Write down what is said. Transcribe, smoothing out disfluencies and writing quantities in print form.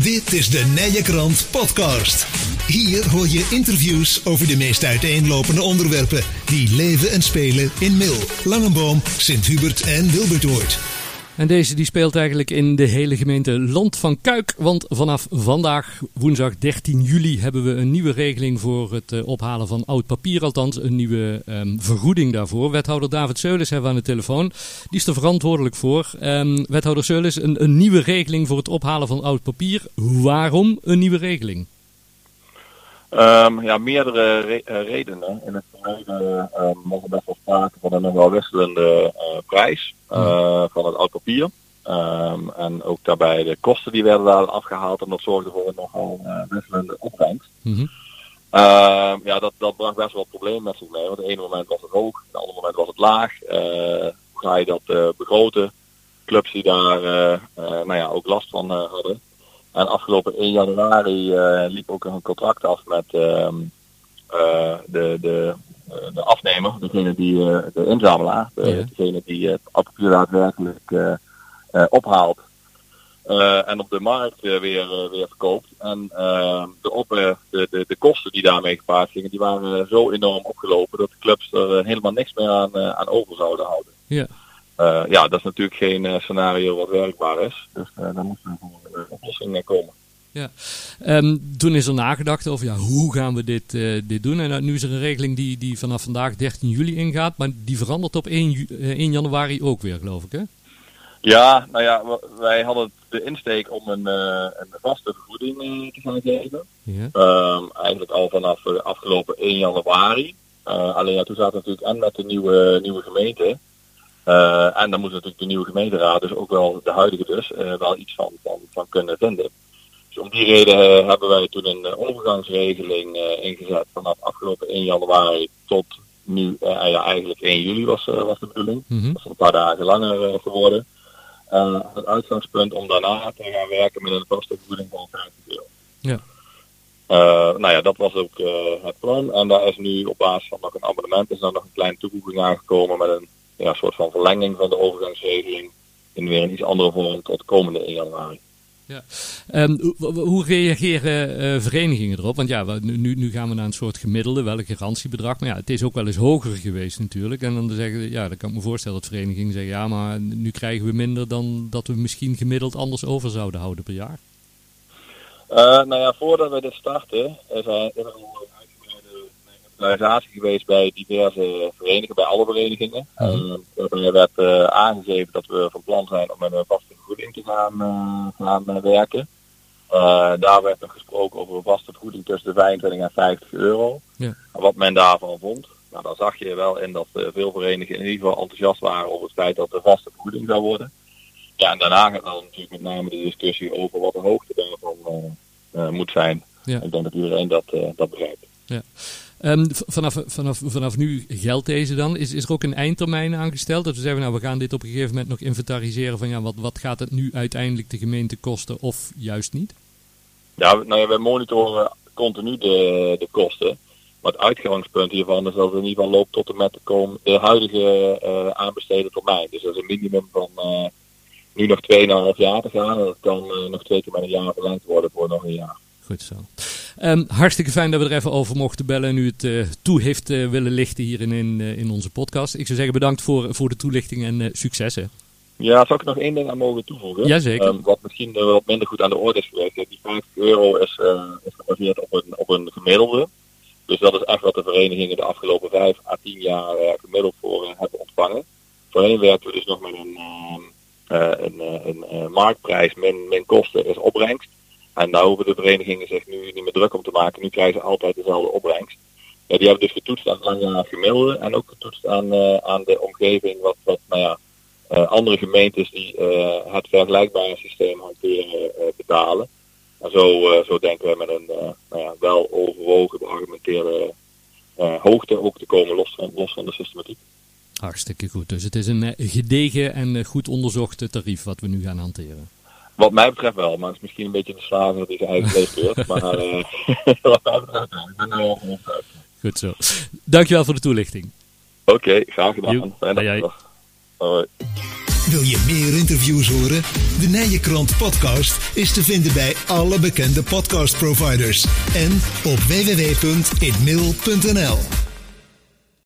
Dit is de Nije Krant podcast. Hier hoor je interviews over de meest uiteenlopende onderwerpen die leven en spelen in Mil, Langenboom, Sint-Hubert en Wilbertoord. En deze die speelt eigenlijk in de hele gemeente Land van Kuik. Want vanaf vandaag, woensdag 13 juli, hebben we een nieuwe regeling voor het ophalen van oud papier. Althans, een nieuwe vergoeding daarvoor. Wethouder David Seulis hebben we aan de telefoon. Die is er verantwoordelijk voor. Wethouder Seulis, een nieuwe regeling voor het ophalen van oud papier. Waarom een nieuwe regeling? Meerdere redenen. In het verleden was er best wel sprake van een nog wel wisselende prijs van het oud papier. En ook daarbij de kosten die werden daar afgehaald en dat zorgde voor een nogal wisselende opbrengst. Mm-hmm. Dat bracht best wel problemen met zich mee. Want op het ene moment was het hoog, op het andere moment was het laag. Hoe ga je dat begroten? Clubs die daar ook last van hadden. En afgelopen 1 januari liep ook een contract af met de afnemer, degene die de inzamelaar, degene die het papier daadwerkelijk ophaalt en op de markt weer verkoopt. En de kosten die daarmee gepaard gingen, die waren zo enorm opgelopen dat de clubs er helemaal niks meer aan over zouden houden. Ja. Dat is natuurlijk geen scenario wat werkbaar is. Dus daar moet er voor een oplossing komen. Ja. Toen is er nagedacht over hoe gaan we dit doen. En nu is er een regeling die vanaf vandaag 13 juli ingaat. Maar die verandert op 1 januari ook weer, geloof ik, hè? Ja, wij hadden de insteek om een vaste vergoeding te gaan geven. Ja. Eigenlijk al vanaf afgelopen 1 januari. Alleen toen zaten we natuurlijk en met de nieuwe gemeente. En dan moet natuurlijk de nieuwe gemeenteraad, dus ook wel de huidige dus, wel iets van kunnen vinden. Dus om die reden hebben wij toen een overgangsregeling ingezet vanaf afgelopen 1 januari tot nu, eigenlijk 1 juli was de bedoeling. Mm-hmm. Dat is een paar dagen langer geworden. Het uitgangspunt om daarna te gaan werken met een vaste vergoeding van €50. Ja. Dat was ook het plan. En daar is nu op basis van nog een abonnement is er nog een kleine toevoeging aangekomen met een soort van verlenging van de overgangsregeling in weer een iets andere vorm tot de komende 1 januari. Ja. Hoe reageren verenigingen erop? Want nu gaan we naar een soort gemiddelde, wel een garantiebedrag. Maar het is ook wel eens hoger geweest natuurlijk. En dan dan kan ik me voorstellen dat verenigingen zeggen, maar nu krijgen we minder dan dat we misschien gemiddeld anders over zouden houden per jaar. Voordat we dit starten is er een uitgebreide organisatie geweest bij diverse verenigingen, bij alle verenigingen. Waarbij werd aangegeven dat we van plan zijn om met een vaste vergoeding te gaan werken. Daar werd nog gesproken over een vaste vergoeding tussen de €25 en €50. Ja. En wat men daarvan vond, dan zag je wel in dat veel verenigingen in ieder geval enthousiast waren over het feit dat de vaste vergoeding zou worden. Ja, en daarna gaat dan natuurlijk met name de discussie over wat de hoogte daarvan moet zijn. Ja. Ik denk dat iedereen dat begrijpt. Ja. Vanaf nu geldt deze dan. Is er ook een eindtermijn aangesteld? Dat we zeggen, we gaan dit op een gegeven moment nog inventariseren van wat gaat het nu uiteindelijk de gemeente kosten of juist niet? Ja, wij monitoren continu de kosten. Maar het uitgangspunt hiervan is dat het in ieder geval loopt tot en met de huidige aanbesteden termijn. Dus dat is een minimum van nu nog 2,5 jaar te gaan. En dat kan nog 2 keer met een jaar verlengd worden voor nog een jaar. Goed zo. Hartstikke fijn dat we er even over mochten bellen en u het toe heeft willen lichten hier in onze podcast. Ik zou zeggen bedankt voor de toelichting en succes. Hè. Ja, zou ik nog 1 ding aan mogen toevoegen? Jazeker. Wat misschien wat minder goed aan de orde is geweest. Die €50 is gebaseerd op een gemiddelde. Dus dat is echt wat de verenigingen de afgelopen 5 à 10 jaar gemiddeld voor hebben ontvangen. Voorheen werken we dus nog met een marktprijs min kosten is opbrengst. En daar hoeven de verenigingen zich nu niet meer druk om te maken. Nu krijgen ze altijd dezelfde opbrengst. Die hebben dus getoetst aan het langjarig gemiddelde en ook getoetst aan de omgeving wat andere gemeentes die het vergelijkbare systeem hanteren betalen. En zo denken we met een wel overwogen beargumenteerde hoogte ook te komen los van de systematiek. Hartstikke goed. Dus het is een gedegen en goed onderzocht tarief wat we nu gaan hanteren. Wat mij betreft wel, maar het is misschien een beetje de slager dat hij zijn eigen vlees keurt. Maar wat mij betreft wel. Ik ben er wel van overtuigd. Goed zo. Dankjewel voor de toelichting. Oké, graag gedaan. Fijne dag. Hoi. Wil je meer interviews horen? De Nijenkrant podcast is te vinden bij alle bekende podcastproviders en op www.inmail.nl.